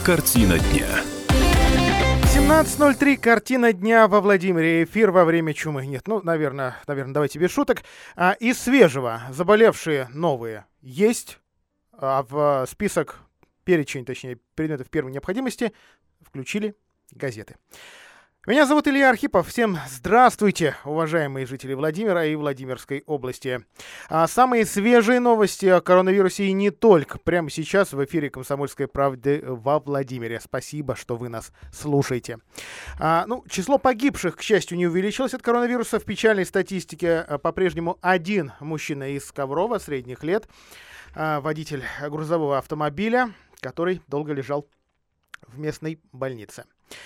Картина дня. 17:03. Картина дня во Владимире. Эфир во время чумы. Нет, наверное, давайте без шуток. Из свежего заболевшие новые есть. В список, перечень, точнее, предметов первой необходимости включили газеты. Меня зовут Илья Архипов. Всем здравствуйте, уважаемые жители Владимира и Владимирской области. Самые свежие новости о коронавирусе и не только. Прямо сейчас в эфире «Комсомольской правды» во Владимире. Спасибо, что вы нас слушаете. Число погибших, к счастью, не увеличилось от коронавируса. В печальной статистике по-прежнему один мужчина из Коврова, средних лет, водитель грузового автомобиля, который долго лежал в местной больнице.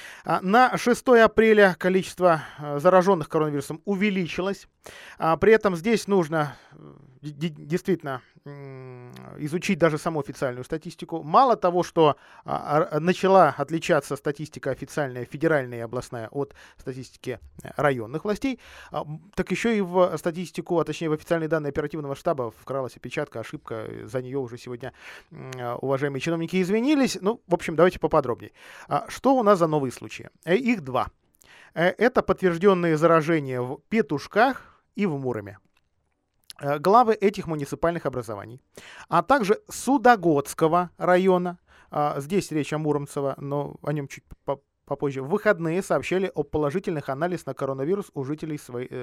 На 6 апреля количество зараженных коронавирусом увеличилось. При этом здесь нужно действительно изучить даже саму официальную статистику. Мало того, что начала отличаться статистика официальная, федеральная и областная от статистики районных властей, так еще и в статистику, а точнее в официальные данные оперативного штаба вкралась опечатка, ошибка. За нее уже сегодня уважаемые чиновники извинились. В общем, давайте поподробнее. Что у нас за новые случаи? Их два. Это подтвержденные заражения в Петушках и в Муроме. Главы этих муниципальных образований, а также Судогодского района, здесь речь о Муромцево, но о нем чуть попозже, в выходные сообщали о положительных анализах на коронавирус у жителей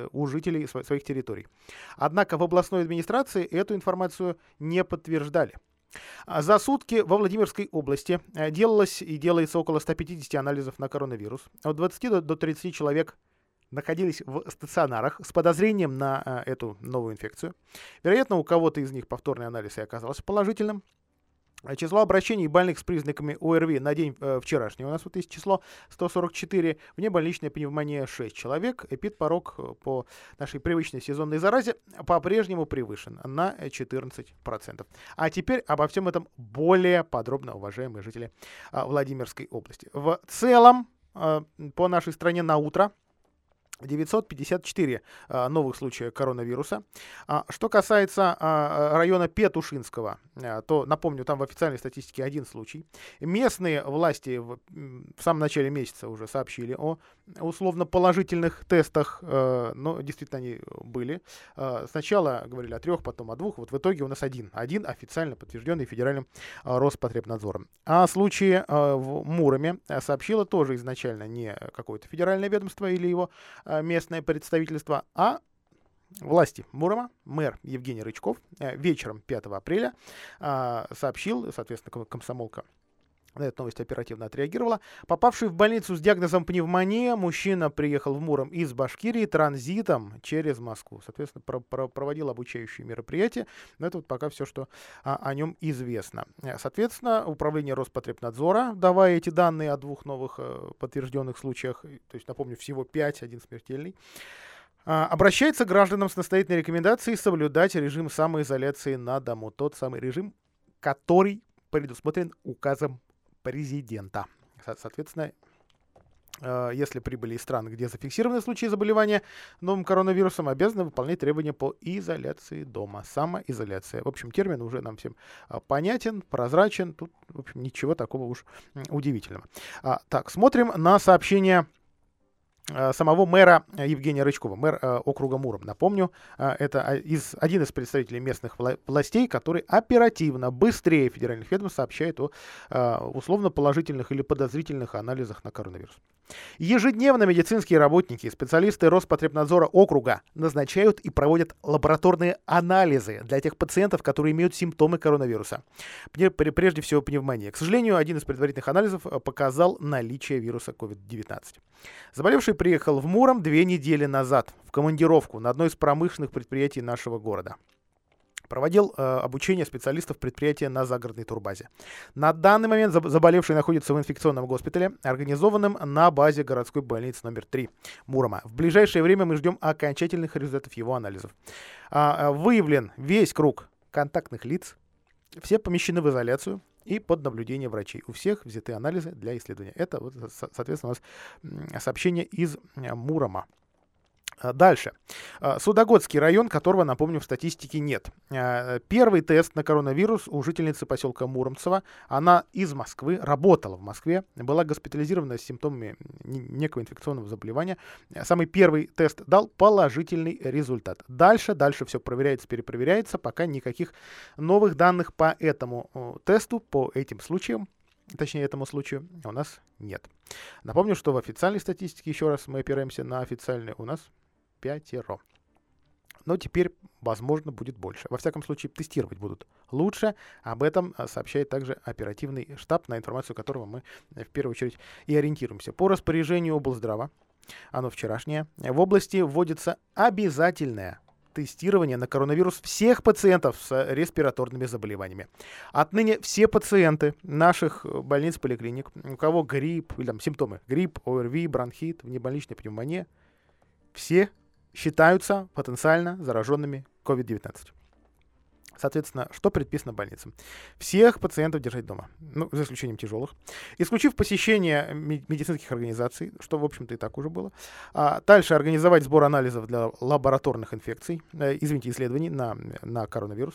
своих территорий. Однако в областной администрации эту информацию не подтверждали. За сутки во Владимирской области делалось и делается около 150 анализов на коронавирус. От 20 до 30 человек находились в стационарах с подозрением на эту новую инфекцию. Вероятно, у кого-то из них повторный анализ и оказался положительным. Число обращений больных с признаками ОРВИ на день вчерашний у нас вот есть число 144, внебольничная пневмония 6 человек, эпидпорог по нашей привычной сезонной заразе по-прежнему превышен на 14%. А теперь обо всем этом более подробно, уважаемые жители Владимирской области. В целом, по нашей стране на утро 954 новых случая коронавируса. Что касается района Петушинского, то, напомню, там в официальной статистике один случай. Местные власти в самом начале месяца уже сообщили о условно положительных тестах, но действительно они были. Сначала говорили о 3, потом о 2, вот в итоге у нас один официально подтвержденный федеральным Роспотребнадзором. О случае в Муроме сообщило тоже изначально не какое-то федеральное ведомство или его местное представительство, а власти Мурома. Мэр Евгений Рычков вечером 5 апреля сообщил, соответственно, комсомолка на эту новость оперативно отреагировала. Попавший в больницу с диагнозом пневмония, мужчина приехал в Муром из Башкирии транзитом через Москву. Соответственно, проводил обучающие мероприятия. Но это вот пока все, что о нем известно. Соответственно, управление Роспотребнадзора, давая эти данные о 2 новых подтвержденных случаях, то есть, напомню, всего 5, один смертельный, обращается к гражданам с настоятельной рекомендацией соблюдать режим самоизоляции на дому. Тот самый режим, который предусмотрен указом президента. Соответственно, если прибыли из стран, где зафиксированы случаи заболевания новым коронавирусом, обязаны выполнять требования по изоляции дома. Самоизоляция. В общем, термин уже нам всем понятен, прозрачен. Тут, в общем, ничего такого уж удивительного. Так, смотрим на сообщение самого мэра Евгения Рычкова, мэр округа Муром. Напомню, это один из представителей местных властей, который оперативно, быстрее федеральных ведомств сообщает о условно положительных или подозрительных анализах на коронавирус. Ежедневно медицинские работники и специалисты Роспотребнадзора округа назначают и проводят лабораторные анализы для тех пациентов, которые имеют симптомы коронавируса. Прежде всего пневмония. К сожалению, один из предварительных анализов показал наличие вируса COVID-19. Заболевший приехал в Муром 2 недели назад в командировку на одно из промышленных предприятий нашего города. Проводил обучение специалистов предприятия на загородной турбазе. На данный момент заболевший находится в инфекционном госпитале, организованном на базе городской больницы номер 3 Мурома. В ближайшее время мы ждем окончательных результатов его анализов. Выявлен весь круг контактных лиц, все помещены в изоляцию и под наблюдение врачей. У всех взяты анализы для исследования. Это, вот, соответственно, у нас сообщение из Мурома. Дальше. Судогодский район, которого, напомню, в статистике нет. Первый тест на коронавирус у жительницы поселка Муромцево. Она из Москвы, работала в Москве, была госпитализирована с симптомами некого инфекционного заболевания. Самый первый тест дал положительный результат. Дальше все проверяется, перепроверяется, пока никаких новых данных по этому тесту, по этим случаям, точнее этому случаю, у нас нет. Напомню, что в официальной статистике, еще раз мы опираемся на официальную, у нас 5. Но теперь, возможно, будет больше. Во всяком случае, тестировать будут лучше. Об этом сообщает также оперативный штаб, на информацию которого мы в первую очередь и ориентируемся. По распоряжению облздрава, оно вчерашнее, в области вводится обязательное тестирование на коронавирус всех пациентов с респираторными заболеваниями. Отныне все пациенты наших больниц, поликлиник, у кого грипп, или там симптомы, грипп, ОРВИ, бронхит, внебольничная пневмония, все считаются потенциально зараженными COVID-19. Соответственно, что предписано больницам? Всех пациентов держать дома, за исключением тяжелых, исключив посещение медицинских организаций, что, в общем-то, и так уже было. Дальше организовать сбор анализов для лабораторных исследований на коронавирус.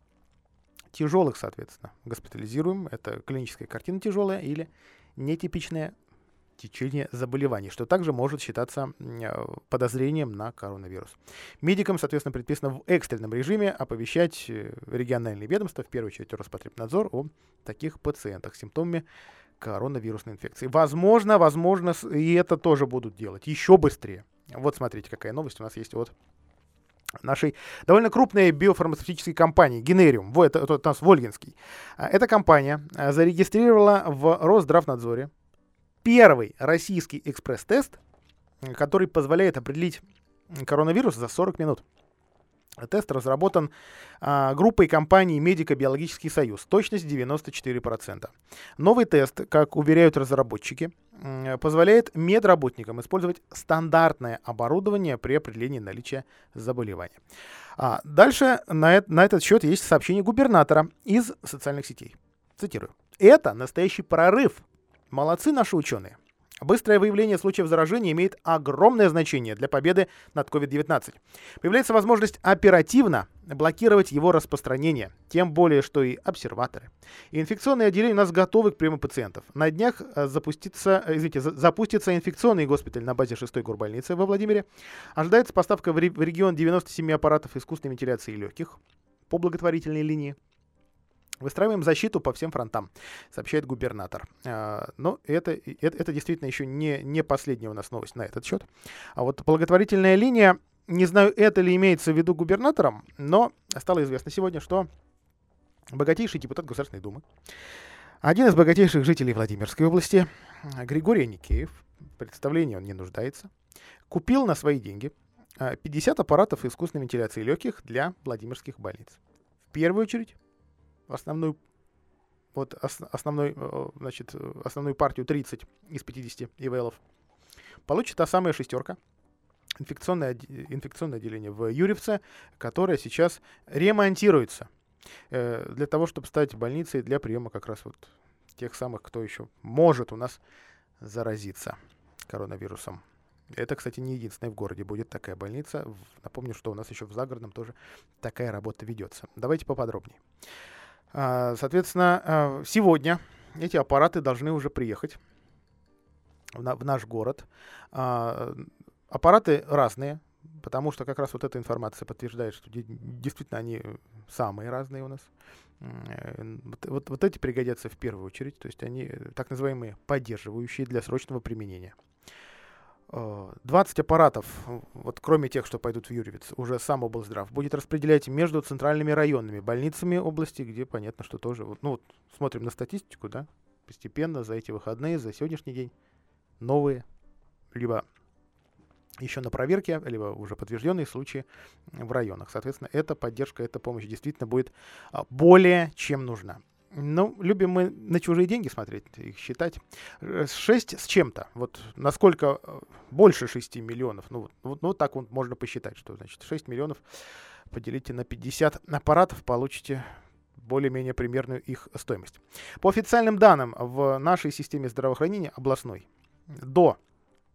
Тяжелых, соответственно, госпитализируем. Это клиническая картина тяжелая или нетипичная течение заболеваний, что также может считаться подозрением на коронавирус. Медикам, соответственно, предписано в экстренном режиме оповещать региональные ведомства, в первую очередь Роспотребнадзор, о таких пациентах с симптомами коронавирусной инфекции. Возможно, и это тоже будут делать еще быстрее. Вот смотрите, какая новость у нас есть от нашей довольно крупной биофармацевтической компании Генериум. Это у нас Вольгинский. Эта компания зарегистрировала в Росздравнадзоре первый российский экспресс-тест, который позволяет определить коронавирус за 40 минут. Тест разработан группой компаний Медико-биологический союз. Точность 94%. Новый тест, как уверяют разработчики, позволяет медработникам использовать стандартное оборудование при определении наличия заболевания. Дальше на этот счет есть сообщение губернатора из социальных сетей. Цитирую. «Это настоящий прорыв. Молодцы наши ученые. Быстрое выявление случаев заражения имеет огромное значение для победы над COVID-19. Появляется возможность оперативно блокировать его распространение, тем более, что и обсерваторы. И инфекционные отделения у нас готовы к приему пациентов. На днях запустится инфекционный госпиталь на базе 6-й горбольницы во Владимире. Ожидается поставка в регион 97 аппаратов искусственной вентиляции легких по благотворительной линии. Выстраиваем защиту по всем фронтам», сообщает губернатор. Но это действительно еще не последняя у нас новость на этот счет. А вот благотворительная линия, не знаю, это ли имеется в виду губернатором, но стало известно сегодня, что богатейший депутат Государственной Думы, один из богатейших жителей Владимирской области, Григорий Аникеев, в представлении он не нуждается, купил на свои деньги 50 аппаратов искусственной вентиляции легких для владимирских больниц. В первую очередь, основную партию 30 из 50 ИВЛов получит та самая шестерка, инфекционное отделение в Юрьевце, которое сейчас ремонтируется для того, чтобы стать больницей для приема как раз вот тех самых, кто еще может у нас заразиться коронавирусом. Это, кстати, не единственная в городе будет такая больница. Напомню, что у нас еще в Загородном тоже такая работа ведется. Давайте поподробнее. Соответственно, сегодня эти аппараты должны уже приехать в наш город. Аппараты разные, потому что как раз вот эта информация подтверждает, что действительно они самые разные у нас. Вот эти пригодятся в первую очередь, то есть они так называемые поддерживающие для срочного применения. 20 аппаратов, вот кроме тех, что пойдут в Юрьевец, уже сам облздрав будет распределять между центральными районными больницами области, где понятно, что тоже, смотрим на статистику, да, постепенно за эти выходные, за сегодняшний день новые, либо еще на проверке, либо уже подтвержденные случаи в районах. Соответственно, эта поддержка, эта помощь действительно будет более чем нужна. Любим мы на чужие деньги смотреть, их считать. 6 с чем-то. Вот насколько больше 6 миллионов. Так вот можно посчитать, что значит 6 миллионов поделите на 50 аппаратов, получите более-менее примерную их стоимость. По официальным данным, в нашей системе здравоохранения областной до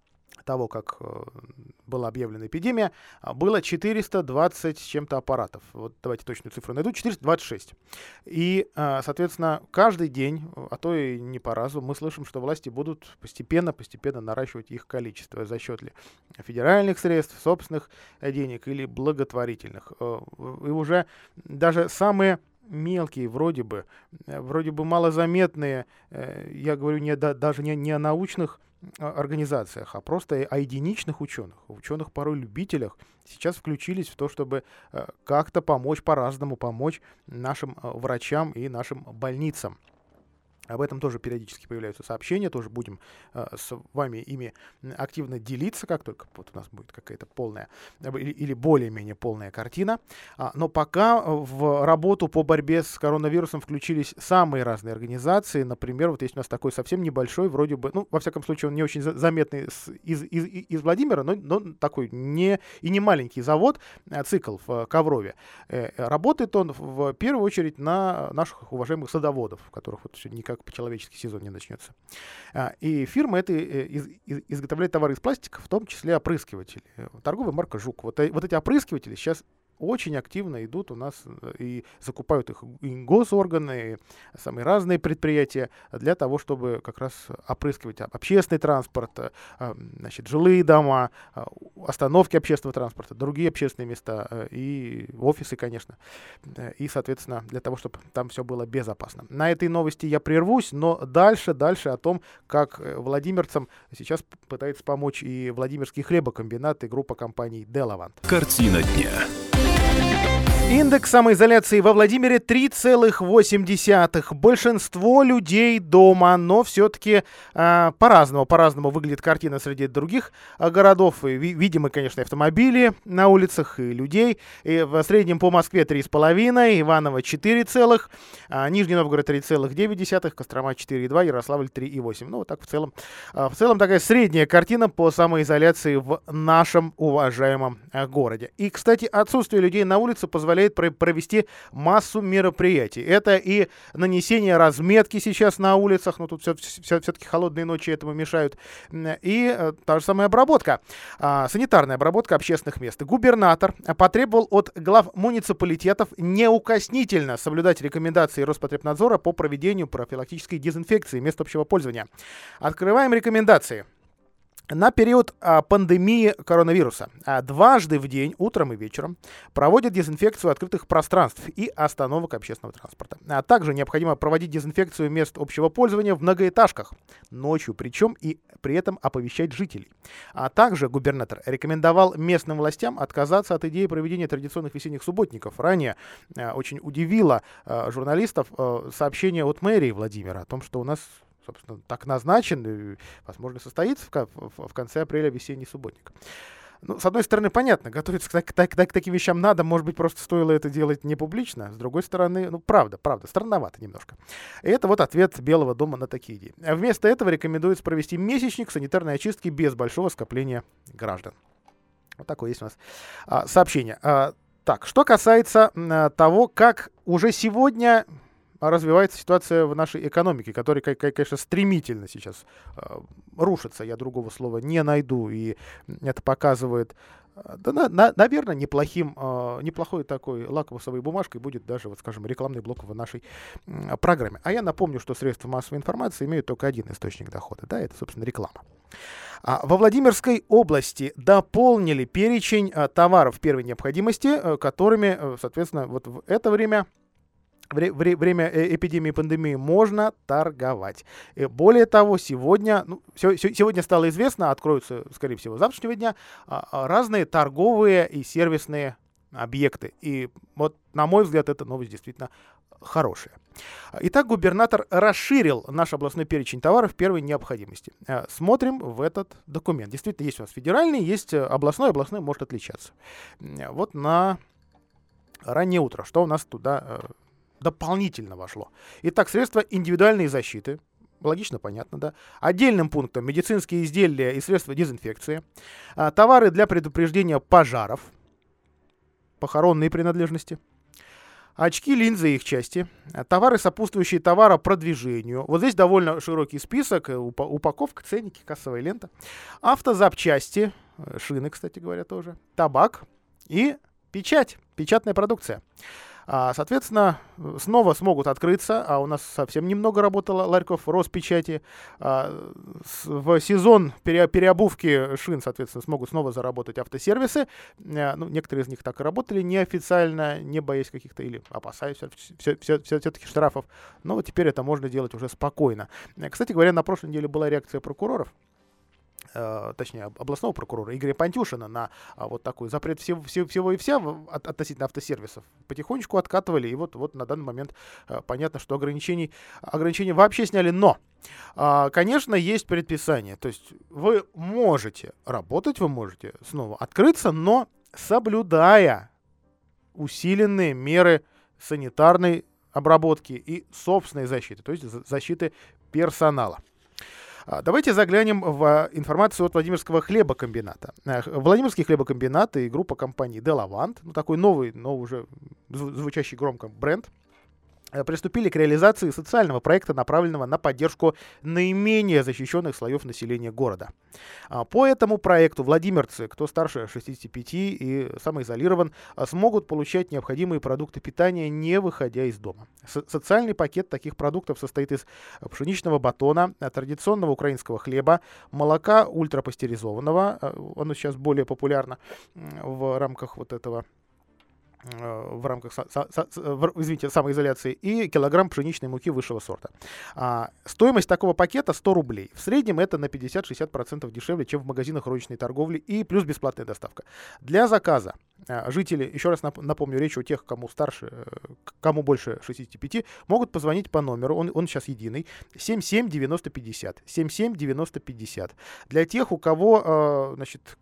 того, как была объявлена эпидемия, было 420 с чем-то аппаратов. Вот давайте точную цифру найду. 426. И, соответственно, каждый день, а то и не по разу, мы слышим, что власти будут постепенно наращивать их количество за счет ли федеральных средств, собственных денег или благотворительных. И уже даже самые мелкие, вроде бы малозаметные, я говорю даже не о научных организациях, а просто о единичных ученых порой любителях, сейчас включились в то, чтобы как-то по-разному помочь нашим врачам и нашим больницам. Об этом тоже периодически появляются сообщения, тоже будем с вами ими активно делиться, как только вот у нас будет какая-то полная или более-менее полная картина. Но пока в работу по борьбе с коронавирусом включились самые разные организации. Например, вот есть у нас такой совсем небольшой, вроде бы, во всяком случае, он не очень заметный из Владимира, но такой не маленький завод, «Цикл» в Коврове. Работает он в первую очередь на наших уважаемых садоводов, которых вот никак по-человечески сезон не начнется. И фирма эта изготовляет товары из пластика, в том числе опрыскиватели. Торговая марка «Жук». Вот эти опрыскиватели сейчас очень активно идут у нас и закупают их и госорганы, и самые разные предприятия для того, чтобы как раз опрыскивать общественный транспорт, жилые дома, остановки общественного транспорта, другие общественные места и офисы, конечно. И, соответственно, для того, чтобы там все было безопасно. На этой новости я прервусь, но дальше о том, как владимирцам сейчас пытается помочь и Владимирский хлебокомбинат, и группа компаний «Делавант». Картина дня. Индекс самоизоляции во Владимире 3,8. Большинство людей дома, но все-таки по-разному выглядит картина среди других городов. И видимы, конечно, автомобили на улицах и людей. И в среднем по Москве 3,5, Иваново 4, Нижний Новгород 3,9, Кострома 4,2, Ярославль 3,8. Вот так в целом такая средняя картина по самоизоляции в нашем уважаемом городе. И, кстати, отсутствие людей на улице позволяет провести массу мероприятий. Это и нанесение разметки сейчас на улицах, но тут все-таки холодные ночи этому мешают, и та же самая обработка, санитарная обработка общественных мест. Губернатор потребовал от глав муниципалитетов неукоснительно соблюдать рекомендации Роспотребнадзора по проведению профилактической дезинфекции мест общего пользования. Открываем рекомендации. На период пандемии коронавируса дважды в день, утром и вечером, проводят дезинфекцию открытых пространств и остановок общественного транспорта. Также необходимо проводить дезинфекцию мест общего пользования в многоэтажках ночью, причем и при этом оповещать жителей. Также губернатор рекомендовал местным властям отказаться от идеи проведения традиционных весенних субботников. Ранее очень удивило журналистов сообщение от мэрии Владимира о том, что у нас, собственно, так назначен, и, возможно, состоится в конце апреля весенний субботник. С одной стороны, понятно, готовиться к таким вещам надо, может быть, просто стоило это делать не публично. С другой стороны, правда, странновато немножко. И это вот ответ Белого дома на такие идеи. Вместо этого рекомендуется провести месячник санитарной очистки без большого скопления граждан. Вот такое есть у нас сообщение. Так, что касается того, как уже сегодня развивается ситуация в нашей экономике, которая, конечно, стремительно сейчас рушится. Я другого слова не найду, и это показывает, наверное, неплохой такой лакмусовой бумажкой будет даже, рекламный блок в нашей программе. А я напомню, что средства массовой информации имеют только один источник дохода, это, собственно, реклама. Во Владимирской области дополнили перечень товаров первой необходимости, которыми, соответственно, вот в это время эпидемии и пандемии можно торговать. И более того, сегодня стало известно, откроются, скорее всего, с завтрашнего дня, разные торговые и сервисные объекты. И вот, на мой взгляд, эта новость действительно хорошая. Итак, губернатор расширил наш областной перечень товаров первой необходимости. Смотрим в этот документ. Действительно, есть у нас федеральный, есть областной может отличаться. Вот на раннее утро, что у нас туда дополнительно вошло. Итак, средства индивидуальной защиты. Логично, понятно, да. Отдельным пунктом медицинские изделия и средства дезинфекции. Товары для предупреждения пожаров. Похоронные принадлежности. очки, линзы и их части, товары, сопутствующие товаропродвижению. Вот здесь довольно широкий список, упаковка, ценники, кассовая лента. Автозапчасти, шины, кстати говоря, тоже, табак и печать, печатная продукция. Соответственно, снова смогут открыться, а у нас совсем немного работало ларьков Роспечати. В сезон переобувки шин, соответственно, смогут снова заработать автосервисы. Ну, некоторые из них так и работали неофициально, не боясь каких-то или опасаясь все-таки штрафов. Но вот теперь это можно делать уже спокойно. Кстати говоря, на прошлой неделе была реакция прокуроров, точнее, областного прокурора Игоря Пантюшина на вот такой запрет всего и вся относительно автосервисов. Потихонечку откатывали, и вот на данный момент понятно, что ограничения вообще сняли. Но, конечно, есть предписание. То есть вы можете работать, вы можете снова открыться, но соблюдая усиленные меры санитарной обработки и собственной защиты, то есть защиты персонала. Давайте заглянем в информацию от Владимирского хлебокомбината. Владимирский хлебокомбинат и группа компаний Делавант, такой новый, но уже звучащий громко бренд, приступили к реализации социального проекта, направленного на поддержку наименее защищенных слоев населения города. По этому проекту владимирцы, кто старше 65 и самоизолирован, смогут получать необходимые продукты питания, не выходя из дома. Социальный пакет таких продуктов состоит из пшеничного батона, традиционного украинского хлеба, молока ультрапастеризованного, оно сейчас более популярно в рамках вот этого, в рамках самоизоляции, и килограмм пшеничной муки высшего сорта. Стоимость такого пакета 100 рублей. В среднем это на 50-60% дешевле, чем в магазинах розничной торговли, и плюс бесплатная доставка. Для заказа жители, еще раз напомню, речь о тех, кому старше, кому больше 65, могут позвонить по номеру, он сейчас единый, 77-90-50. 77-90-50. Для тех, у кого,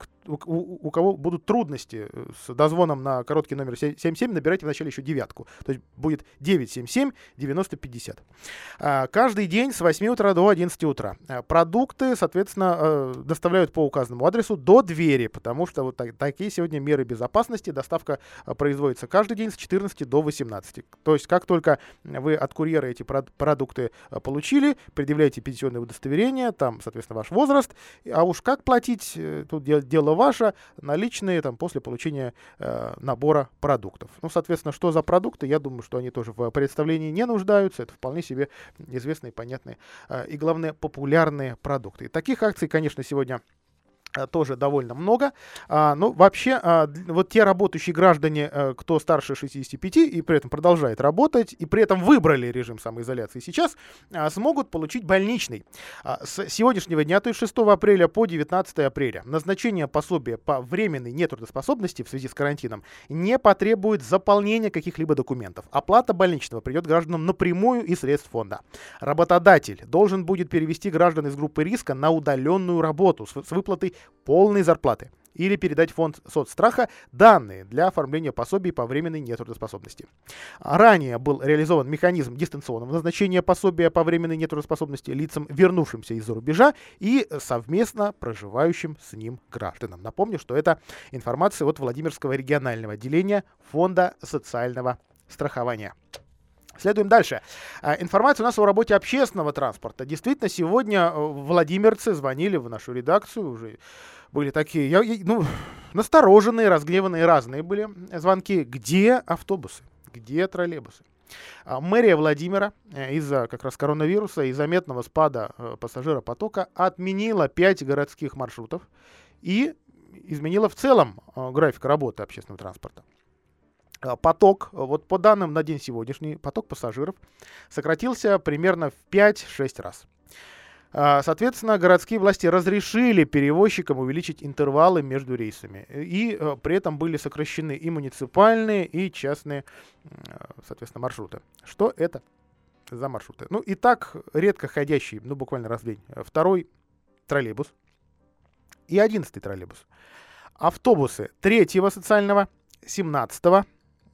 у кого будут трудности с дозвоном на короткий номер 77, набирайте вначале еще девятку. То есть будет 977-90-50. Каждый день с 8 утра до 11 утра. Продукты, соответственно, доставляют по указанному адресу до двери, потому что вот такие сегодня меры безопасности. Доставка производится каждый день с 14 до 18. То есть как только вы от курьера эти продукты получили, предъявляете пенсионное удостоверение, там, соответственно, ваш возраст, а уж как платить, тут дело ваше, наличные там после получения набора продуктов. Ну, соответственно, что за продукты, я думаю, что они тоже в представлении не нуждаются. Это вполне себе известные, понятные и, главное, популярные продукты. И таких акций, конечно, сегодня тоже довольно много. Но вообще, вот те работающие граждане, кто старше 65 и при этом продолжает работать, и при этом выбрали режим самоизоляции сейчас, смогут получить больничный. С сегодняшнего дня, то есть 6 апреля по 19 апреля, назначение пособия по временной нетрудоспособности в связи с карантином не потребует заполнения каких-либо документов. Оплата больничного придет гражданам напрямую из средств фонда. Работодатель должен будет перевести граждан из группы риска на удаленную работу с выплатой полной зарплаты или передать в фонд соцстраха данные для оформления пособий по временной нетрудоспособности. Ранее был реализован механизм дистанционного назначения пособия по временной нетрудоспособности лицам, вернувшимся из-за рубежа и совместно проживающим с ним гражданам. Напомню, что это информация от Владимирского регионального отделения Фонда социального страхования. Следуем дальше. Информация у нас о работе общественного транспорта. Действительно, сегодня владимирцы звонили в нашу редакцию, уже были такие, настороженные, разгневанные, разные были звонки. Где автобусы? Где троллейбусы? Мэрия Владимира из-за как раз коронавируса и заметного спада пассажиропотока отменила 5 городских маршрутов и изменила в целом график работы общественного транспорта. Поток, вот по данным на день сегодняшний, поток пассажиров сократился примерно в 5-6 раз. Соответственно, городские власти разрешили перевозчикам увеличить интервалы между рейсами. И при этом были сокращены и муниципальные, и частные, соответственно, маршруты. Что это за маршруты? Ну, и так редко ходящий, буквально раз в день, 2-й троллейбус и 11-й троллейбус. Автобусы 3-го социального, 17-го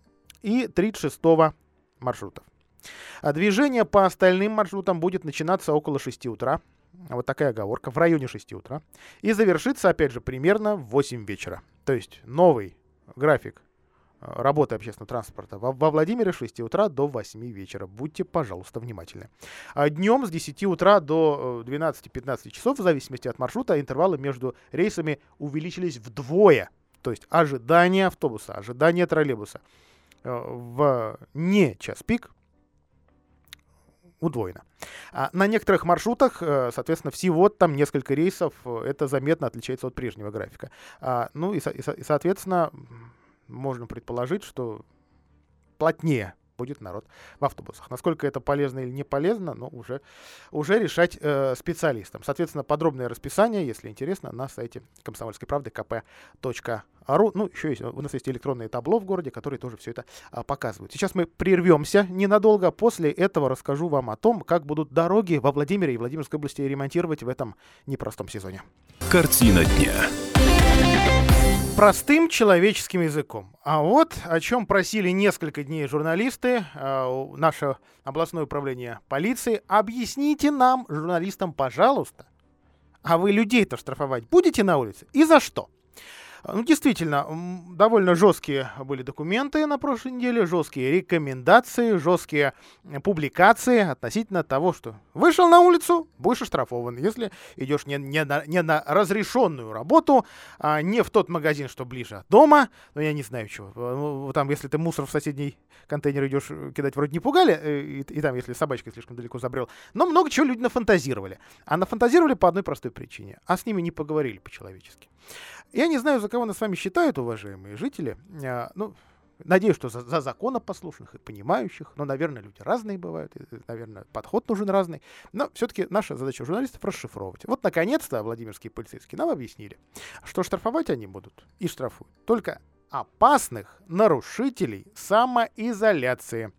и 36-го маршрутов. Движение по остальным маршрутам будет начинаться около 6 утра. Вот такая оговорка, в районе 6 утра. И завершится, опять же, примерно в 8 вечера. То есть новый график работы общественного транспорта во Владимире с 6 утра до 8 вечера. Будьте, пожалуйста, внимательны. Днем с 10 утра до 12-15 часов, в зависимости от маршрута, интервалы между рейсами увеличились вдвое. То есть ожидание автобуса, ожидание троллейбуса в не час пик удвоено. На некоторых маршрутах, соответственно, всего там несколько рейсов. Это заметно отличается от прежнего графика. Ну и соответственно, можно предположить, что плотнее будет народ в автобусах. Насколько это полезно или не полезно, но уже решать специалистам. Соответственно, подробное расписание, если интересно, на сайте Комсомольской правды kp.ru. Ну, еще есть, у нас есть электронное табло в городе, которые тоже все это показывают. Сейчас мы прервемся ненадолго. После этого расскажу вам о том, как будут дороги во Владимире и Владимирской области ремонтировать в этом непростом сезоне. Картина дня. Простым человеческим языком. А вот о чем просили несколько дней журналисты, наше областное управление полиции. Объясните нам, журналистам, пожалуйста, а вы людей-то штрафовать будете на улице? И за что? Ну, действительно, довольно жесткие были документы на прошлой неделе, жесткие рекомендации, жесткие публикации относительно того, что вышел на улицу, будешь оштрафован, если идешь не на разрешенную работу, не в тот магазин, что ближе от дома, ну, я не знаю чего. Там, если ты мусор в соседний контейнер идешь кидать, вроде не пугали, и там, если собачка слишком далеко забрел, но много чего люди нафантазировали. А нафантазировали по одной простой причине. А с ними не поговорили по-человечески. Я не знаю, за кого нас с вами считают, уважаемые жители. Ну, надеюсь, что за законопослушных и понимающих. Но, наверное, люди разные бывают. И, наверное, подход нужен разный. Но все-таки наша задача журналистов расшифровывать. Вот, наконец-то, владимирские полицейские нам объяснили, что штрафовать они будут и штрафуют только опасных нарушителей самоизоляции.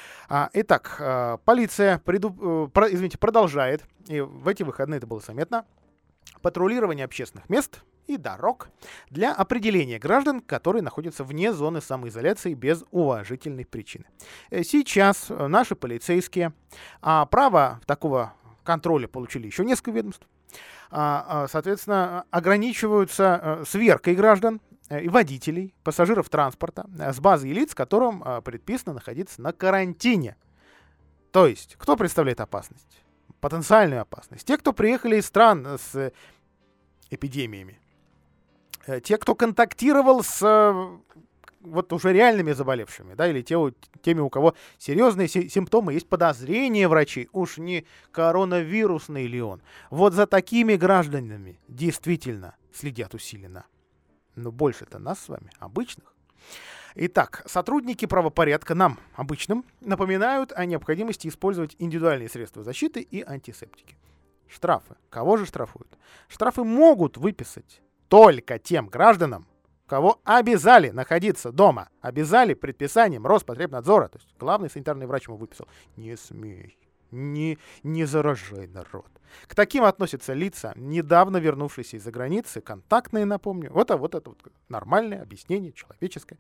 Итак, полиция продолжает, и в эти выходные это было заметно, патрулирование общественных мест и дорог для определения граждан, которые находятся вне зоны самоизоляции без уважительной причины. Сейчас наши полицейские право такого контроля получили еще несколько ведомств. Соответственно, ограничиваются сверкой граждан и водителей, пассажиров транспорта с базой лиц, которым предписано находиться на карантине. То есть, кто представляет опасность? Потенциальную опасность. Те, кто приехали из стран с эпидемиями. Те, кто контактировал с вот уже реальными заболевшими, да, или теми, у кого серьезные симптомы, есть подозрение врачей, уж не коронавирусный ли он. Вот за такими гражданами действительно следят усиленно. Но больше-то нас с вами, обычных. Итак, сотрудники правопорядка нам, обычным, напоминают о необходимости использовать индивидуальные средства защиты и антисептики. Штрафы. Кого же штрафуют? Штрафы могут выписать только тем гражданам, кого обязали находиться дома. Обязали предписанием Роспотребнадзора. То есть главный санитарный врач ему выписал. Не смей, не заражай народ. К таким относятся лица, недавно вернувшиеся из-за границы, контактные, напомню. Вот это вот нормальное объяснение, человеческое.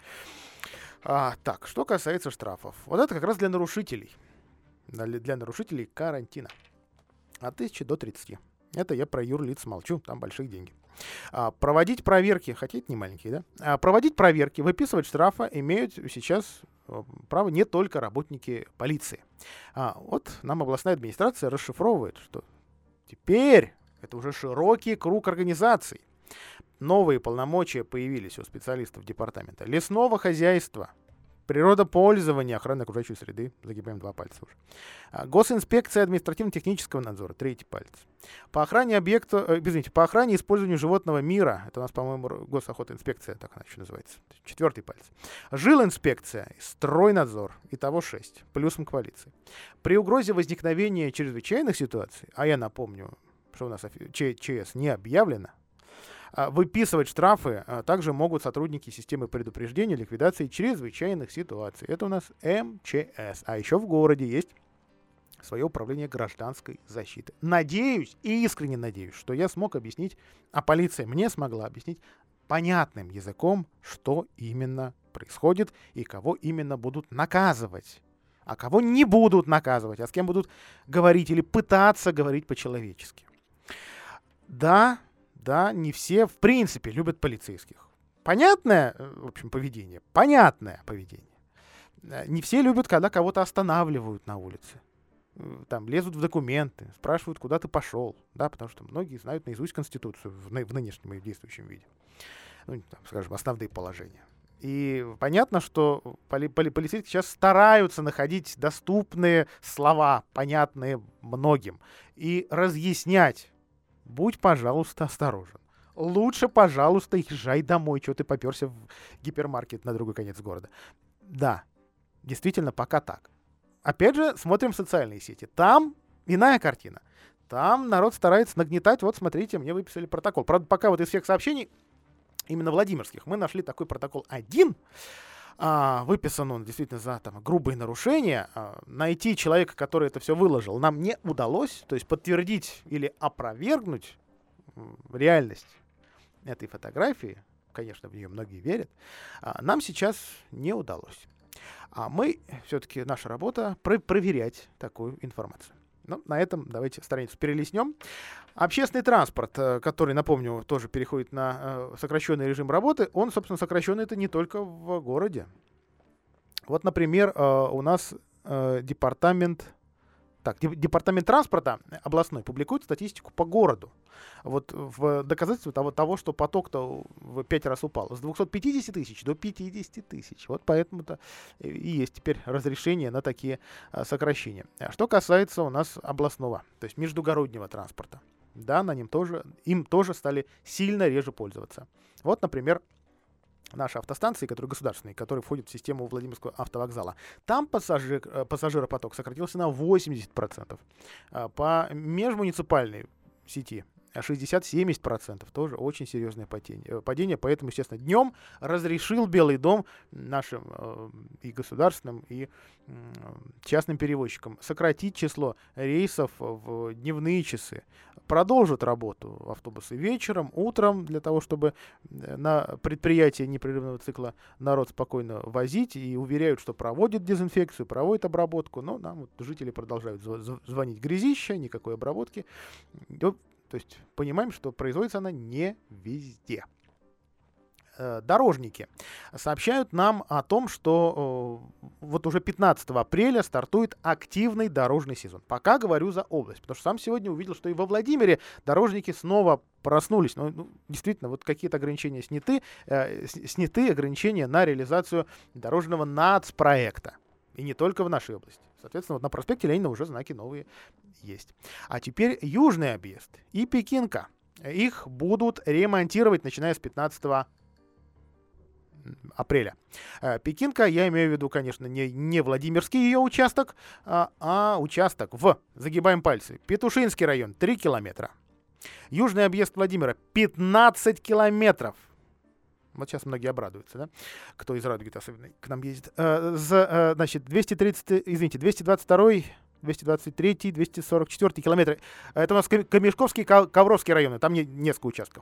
Так, что касается штрафов. Вот это как раз для нарушителей. Для нарушителей карантина. От 1000 до 30. Это я про юрлиц молчу, там большие деньги. Проводить проверки, хотя это не маленькие, да? Проводить проверки, выписывать штрафы имеют сейчас право не только работники полиции. Вот нам областная администрация расшифровывает, что теперь это уже широкий круг организаций. Новые полномочия появились у специалистов департамента лесного хозяйства, природопользования, охраны окружающей среды, загибаем 2 пальца уже. Госинспекция административно-технического надзора, 3 палец. По охране по охране и использованию животного мира, это у нас, по-моему, госохотинспекция, так она еще называется, 4 палец. Жилинспекция, стройнадзор, итого 6, плюсом к полиции. При угрозе возникновения чрезвычайных ситуаций, а я напомню, что у нас ЧС не объявлено, выписывать штрафы также могут сотрудники системы предупреждения и ликвидации чрезвычайных ситуаций. Это у нас МЧС. А еще в городе есть свое управление гражданской защиты. Надеюсь, и искренне надеюсь, что я смог объяснить, а полиция мне смогла объяснить понятным языком, что именно происходит и кого именно будут наказывать. А кого не будут наказывать, а с кем будут говорить или пытаться говорить по-человечески. Да, не все, в принципе, любят полицейских. понятное, в общем, поведение. Понятное поведение. Не все любят, когда кого-то останавливают на улице. Там лезут в документы, спрашивают, куда ты пошел. Да, потому что многие знают наизусть Конституцию в нынешнем ее действующем виде. Ну, там, скажем, основные положения. И понятно, что полицейские сейчас стараются находить доступные слова, понятные многим, и разъяснять. Будь, пожалуйста, осторожен. Лучше, пожалуйста, езжай домой, что ты попёрся в гипермаркет на другой конец города. Да, действительно, пока так. Опять же, смотрим социальные сети. Там иная картина. Там народ старается нагнетать. Вот, смотрите, мне выписали протокол. Правда, пока вот из всех сообщений, именно владимирских, мы нашли такой протокол один. Выписан он действительно за там грубые нарушения. Найти человека, который это все выложил, нам не удалось. То есть подтвердить или опровергнуть реальность этой фотографии, конечно, в нее многие верят, нам сейчас не удалось. А мы, все-таки наша работа, проверять такую информацию. Ну, на этом давайте страницу перелистнем. Общественный транспорт, который, напомню, тоже переходит на сокращенный режим работы, он, собственно, сокращенный это не только в городе. Вот, например, у нас департамент транспорта областной публикует статистику по городу. Вот в доказательство того, что поток-то в 5 раз упал. С 250 тысяч до 50 тысяч. Вот поэтому-то и есть теперь разрешение на такие сокращения. Что касается у нас областного, то есть междугороднего транспорта. Да, им тоже стали сильно реже пользоваться. Вот, например, наши автостанции, которые государственные, которые входят в систему Владимирского автовокзала. Там пассажиропоток сократился на 80%. По межмуниципальной сети 60-70%. Тоже очень серьезное падение. Поэтому, естественно, днем разрешил Белый дом нашим и государственным, и частным перевозчикам сократить число рейсов в дневные часы. Продолжат работу автобусы вечером, утром, для того, чтобы на предприятии непрерывного цикла народ спокойно возить. И уверяют, что проводят дезинфекцию, проводят обработку. Но нам вот жители продолжают звонить: грязища, никакой обработки. То есть понимаем, что производится она не везде. Дорожники сообщают нам о том, что вот уже 15 апреля стартует активный дорожный сезон. Пока говорю за область, потому что сам сегодня увидел, что и во Владимире дорожники снова проснулись. Ну, действительно, вот какие-то ограничения сняты ограничения на реализацию дорожного нацпроекта. И не только в нашей области. Соответственно, вот на проспекте Ленина уже знаки новые есть. А теперь Южный объезд и Пекинка. Их будут ремонтировать, начиная с 15 апреля. Пекинка, я имею в виду, конечно, не Владимирский ее участок, а участок загибаем пальцы, Петушинский район, 3 километра. Южный объезд Владимира, 15 километров. Вот сейчас многие обрадуются, да? Кто из Радуги особенно к нам ездит. Значит, 222, 223, 244 километры. Это у нас Камешковский, Ковровский районы. Там несколько участков.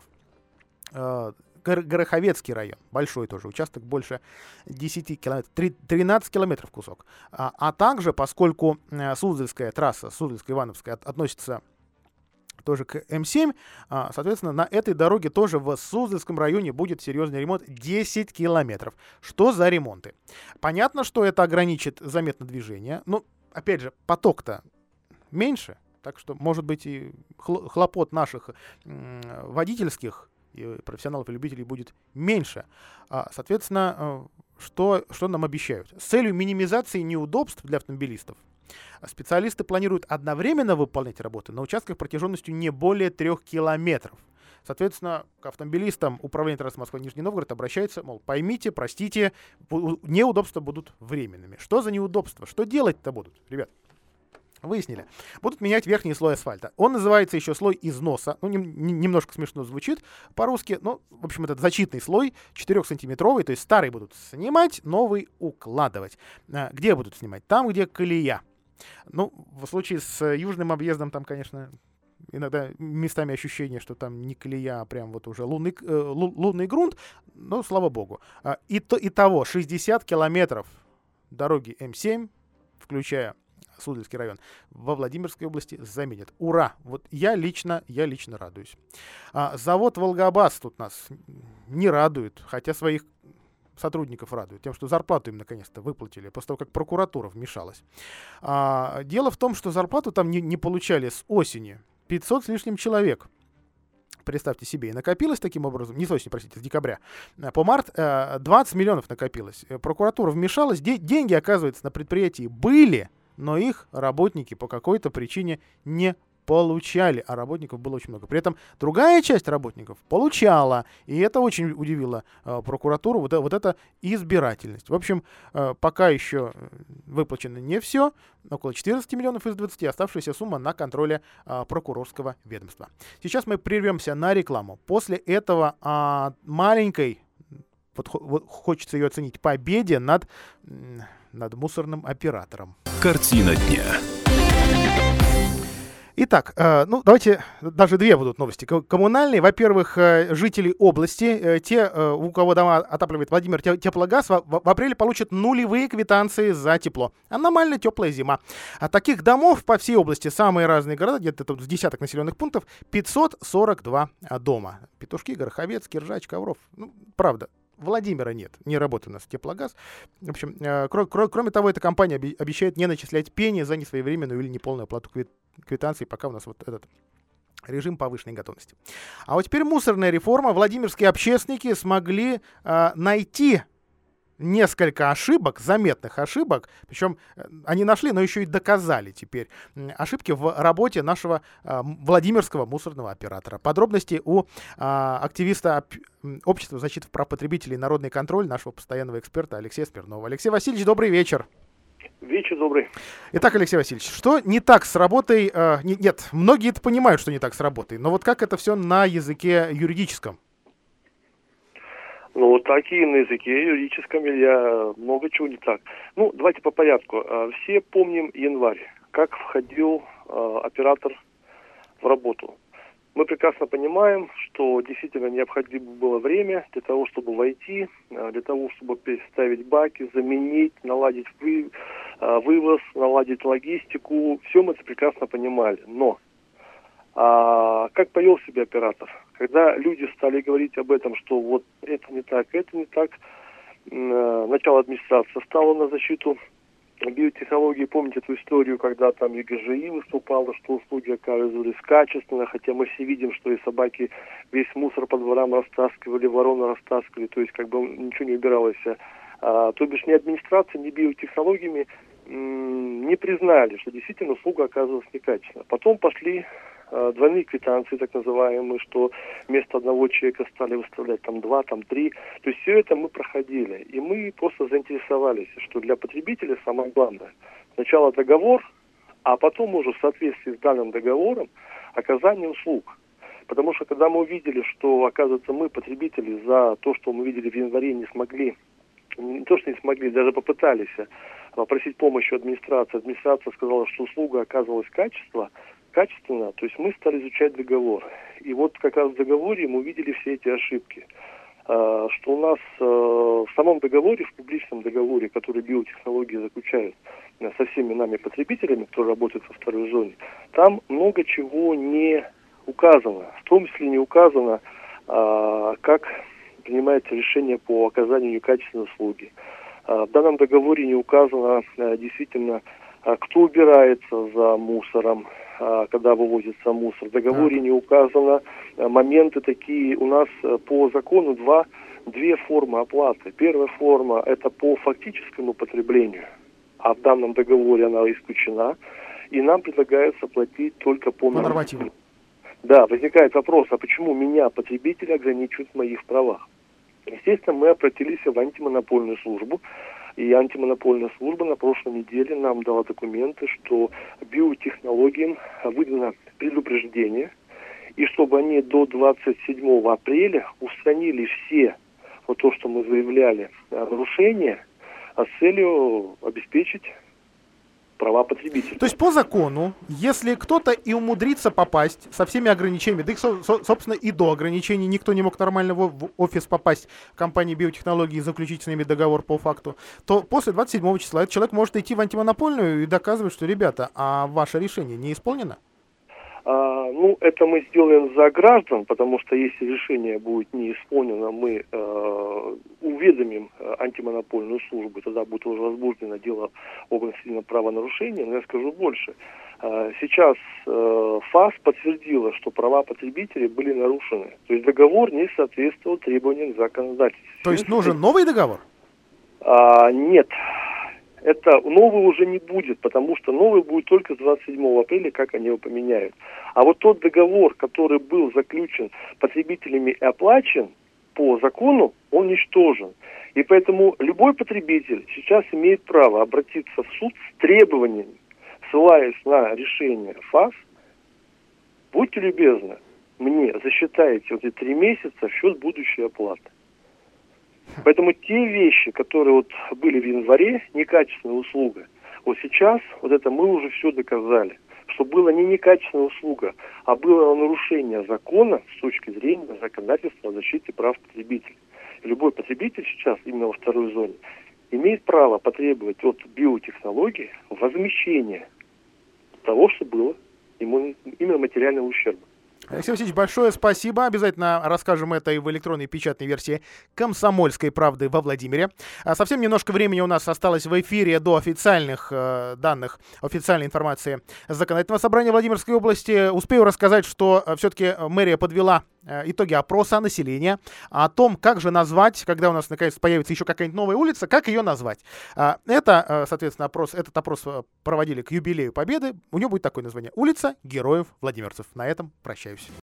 Гороховецкий район. Большой тоже участок, больше 10 километров. 13 километров кусок. А также, поскольку Суздальская трасса, Суздальско-Ивановская, относится тоже к М7, соответственно, на этой дороге тоже в Суздальском районе будет серьезный ремонт 10 километров. Что за ремонты? Понятно, что это ограничит заметно движение. Но, опять же, поток-то меньше, так что, может быть, и хлопот наших водительских и профессионалов и любителей будет меньше. Соответственно, что нам обещают? С целью минимизации неудобств для автомобилистов специалисты планируют одновременно выполнять работы на участках протяженностью не более 3 километров. Соответственно, к автомобилистам управление трассы Москва-Нижний Новгород обращается, мол, поймите, простите, неудобства будут временными. Что за неудобства? Что делать-то будут, ребят? Выяснили. Будут менять верхний слой асфальта. Он называется еще слой износа. Ну, немножко смешно звучит по-русски. Но, в общем, этот защитный слой 4-сантиметровый. То есть старый будут снимать, новый укладывать. Где будут снимать? Там, где колея. Ну, в случае с южным объездом там, конечно, иногда местами ощущение, что там не колея, а прям вот уже лунный грунт. Но, слава богу. Итого 60 километров дороги М7, включая Суздальский район, во Владимирской области заменят. Ура! Вот я лично радуюсь. Завод «Волгабас» тут нас не радует, хотя своих сотрудников радует тем, что зарплату им наконец-то выплатили, после того, как прокуратура вмешалась. Дело в том, что зарплату там не получали с осени. 500 с лишним человек. Представьте себе, и накопилось таким образом, не с осени, простите, с декабря, по март 20 миллионов накопилось. Прокуратура вмешалась, деньги, оказывается, на предприятии были, но их работники по какой-то причине не получали, а работников было очень много. При этом другая часть работников получала, и это очень удивило прокуратуру, вот эта избирательность. В общем, пока еще выплачено не все, около 14 миллионов из 20, оставшаяся сумма на контроле прокурорского ведомства. Сейчас мы прервемся на рекламу. После этого маленькой, вот хочется ее оценить, победе над мусорным оператором. Картина дня. Итак, давайте, даже две будут новости коммунальные. Во-первых, жители области, те, у кого дома отапливает Владимир Теплогаз, в апреле получат нулевые квитанции за тепло. Аномально теплая зима. А таких домов по всей области, самые разные города, где-то тут с десяток населенных пунктов, 542 дома. Петушки, Гороховец, Киржач, Ковров. Правда. Владимира нет, не работает у нас Теплогаз. В общем, кроме того, эта компания обещает не начислять пени за несвоевременную или неполную оплату квитанций, пока у нас вот этот режим повышенной готовности. А вот теперь мусорная реформа. Владимирские общественники смогли найти несколько ошибок, заметных ошибок, причем они нашли, но еще и доказали теперь ошибки в работе нашего Владимирского мусорного оператора. Подробности у активиста Общества защиты прав потребителей и народный контроль, нашего постоянного эксперта Алексея Смирнова. Алексей Васильевич, добрый вечер. Вечер добрый. Итак, Алексей Васильевич, что не так с работой? Нет, многие это понимают, что не так с работой, но вот как это все на языке юридическом? Ну, вот такие на языке юридическом много чего не так. Ну, давайте по порядку. Все помним январь, как входил оператор в работу. Мы прекрасно понимаем, что действительно необходимо было время для того, чтобы войти, для того, чтобы переставить баки, заменить, наладить вывоз, наладить логистику. Все мы это прекрасно понимали. Но как повел себя оператор? Когда люди стали говорить об этом, что вот это не так, начало администрации стало на защиту биотехнологии. Помните эту историю, когда там ЕГЖИ выступало, что услуги оказывались качественно, хотя мы все видим, что и собаки весь мусор по дворам растаскивали, вороны растаскивали, то есть как бы ничего не убиралось. То бишь ни администрация, ни биотехнологиями не признали, что действительно услуга оказывалась некачественна. Потом пошли двойные квитанции, так называемые, что вместо одного человека стали выставлять там 2, там 3. То есть все это мы проходили. И мы просто заинтересовались, что для потребителя самое главное сначала договор, а потом уже в соответствии с данным договором оказание услуг. Потому что когда мы увидели, что, оказывается, мы, потребители, за то, что мы видели в январе, не смогли, даже попытались попросить помощи у администрации. Администрация сказала, что услуга оказывалась качественно, то есть мы стали изучать договор. И вот как раз в договоре мы увидели все эти ошибки. Что у нас в самом договоре, в публичном договоре, который биотехнологии заключают со всеми нами потребителями, кто работает во второй зоне, там много чего не указано. В том числе не указано, как принимается решение по оказанию некачественной услуги. В данном договоре не указано действительно, кто убирается за мусором, когда вывозится мусор. В договоре не указано моменты такие. У нас по закону две формы оплаты. Первая форма – это по фактическому потреблению, а в данном договоре она исключена, и нам предлагается платить только по нормативу. Да, возникает вопрос, а почему меня, потребителя, ограничивают в моих правах? Естественно, мы обратились в антимонопольную службу, и антимонопольная служба на прошлой неделе нам дала документы, что биотехнологиям выдано предупреждение, и чтобы они до 27 апреля устранили все вот то, что мы заявляли, нарушения, с целью обеспечить права потребителей. То есть по закону, если кто-то и умудрится попасть со всеми ограничениями, да их, собственно, и до ограничений никто не мог нормально в офис попасть компании биотехнологии и заключить с ними договор по факту, то после 27 числа этот человек может идти в антимонопольную и доказывать, что, ребята, а ваше решение не исполнено? Ну, это мы сделаем за граждан, потому что если решение будет не исполнено, мы уведомим антимонопольную службу, тогда будет уже возбуждено дело об административном правонарушении. Но я скажу больше. Сейчас ФАС подтвердила, что права потребителей были нарушены. То есть договор не соответствовал требованиям законодательства. То есть нужен новый договор? Нет. Это новый уже не будет, потому что новый будет только с 27 апреля, как они его поменяют. А вот тот договор, который был заключен потребителями и оплачен по закону, он ничтожен. И поэтому любой потребитель сейчас имеет право обратиться в суд с требованиями, ссылаясь на решение ФАС. Будьте любезны, мне засчитайте вот эти 3 месяца в счет будущей оплаты. Поэтому те вещи, которые вот были в январе, некачественная услуга, вот сейчас вот это мы уже все доказали, что было не некачественная услуга, а было нарушение закона с точки зрения законодательства о защите прав потребителей. И любой потребитель сейчас, именно во второй зоне, имеет право потребовать от биотехнологии возмещения того, что было ему именно материального ущерба. Алексей Васильевич, большое спасибо. Обязательно расскажем это и в электронной и печатной версии «Комсомольской правды» во Владимире. Совсем немножко времени у нас осталось в эфире до официальных данных, официальной информации Законодательного собрания Владимирской области. Успею рассказать, что все-таки мэрия подвела итоги опроса населения о том, как же назвать, когда у нас наконец появится еще какая-нибудь новая улица, как ее назвать. Это, соответственно, этот опрос проводили к юбилею Победы. У него будет такое название: «Улица Героев Владимирцев». На этом прощаюсь.